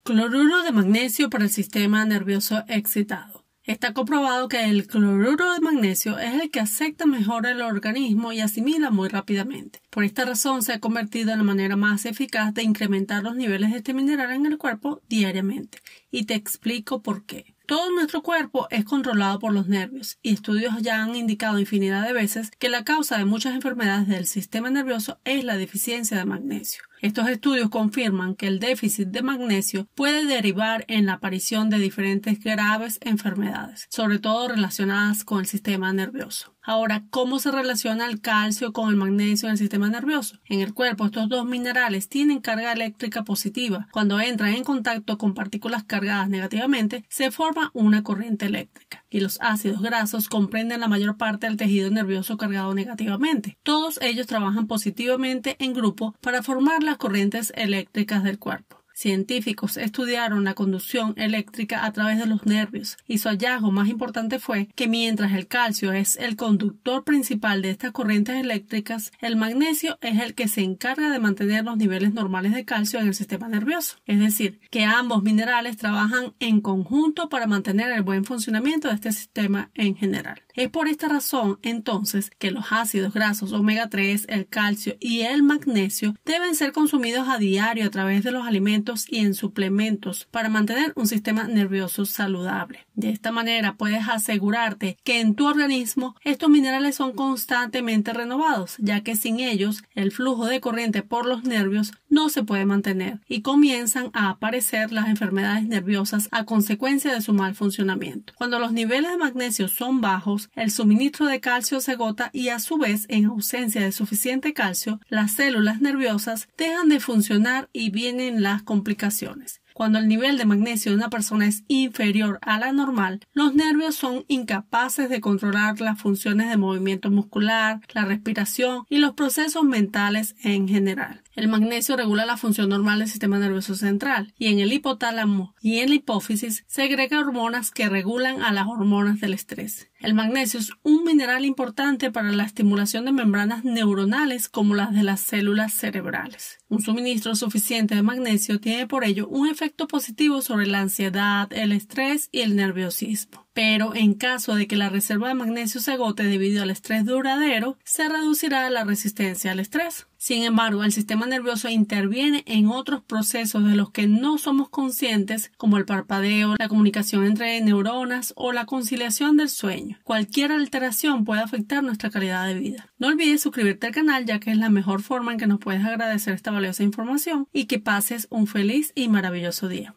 Cloruro de magnesio para el sistema nervioso excitado. Está comprobado que el cloruro de magnesio es el que acepta mejor el organismo y asimila muy rápidamente. Por esta razón se ha convertido en la manera más eficaz de incrementar los niveles de este mineral en el cuerpo diariamente. Y te explico por qué. Todo nuestro cuerpo es controlado por los nervios y estudios ya han indicado infinidad de veces que la causa de muchas enfermedades del sistema nervioso es la deficiencia de magnesio. Estos estudios confirman que el déficit de magnesio puede derivar en la aparición de diferentes graves enfermedades, sobre todo relacionadas con el sistema nervioso. Ahora, ¿cómo se relaciona el calcio con el magnesio en el sistema nervioso? En el cuerpo, estos dos minerales tienen carga eléctrica positiva. Cuando entran en contacto con partículas cargadas negativamente, se forma una corriente eléctrica. Y los ácidos grasos comprenden la mayor parte del tejido nervioso cargado negativamente. Todos ellos trabajan positivamente en grupo para formar las corrientes eléctricas del cuerpo. Científicos estudiaron la conducción eléctrica a través de los nervios y su hallazgo más importante fue que mientras el calcio es el conductor principal de estas corrientes eléctricas, el magnesio es el que se encarga de mantener los niveles normales de calcio en el sistema nervioso. Es decir, que ambos minerales trabajan en conjunto para mantener el buen funcionamiento de este sistema en general. Es por esta razón, entonces, que los ácidos grasos omega 3, el calcio y el magnesio deben ser consumidos a diario a través de los alimentos y en suplementos para mantener un sistema nervioso saludable. De esta manera puedes asegurarte que en tu organismo estos minerales son constantemente renovados, ya que sin ellos el flujo de corriente por los nervios no se puede mantener y comienzan a aparecer las enfermedades nerviosas a consecuencia de su mal funcionamiento. Cuando los niveles de magnesio son bajos, el suministro de calcio se agota y a su vez, en ausencia de suficiente calcio, las células nerviosas dejan de funcionar y vienen las complicaciones. Cuando el nivel de magnesio de una persona es inferior a la normal, los nervios son incapaces de controlar las funciones de movimiento muscular, la respiración y los procesos mentales en general. El magnesio regula la función normal del sistema nervioso central y en el hipotálamo y en la hipófisis segrega hormonas que regulan a las hormonas del estrés. El magnesio es un mineral importante para la estimulación de membranas neuronales como las de las células cerebrales. Un suministro suficiente de magnesio tiene por ello un efecto positivo sobre la ansiedad, el estrés y el nerviosismo. Pero en caso de que la reserva de magnesio se agote debido al estrés duradero, se reducirá la resistencia al estrés. Sin embargo, el sistema nervioso interviene en otros procesos de los que no somos conscientes, como el parpadeo, la comunicación entre neuronas o la conciliación del sueño. Cualquier alteración puede afectar nuestra calidad de vida. No olvides suscribirte al canal, ya que es la mejor forma en que nos puedes agradecer esta valiosa información y que pases un feliz y maravilloso día.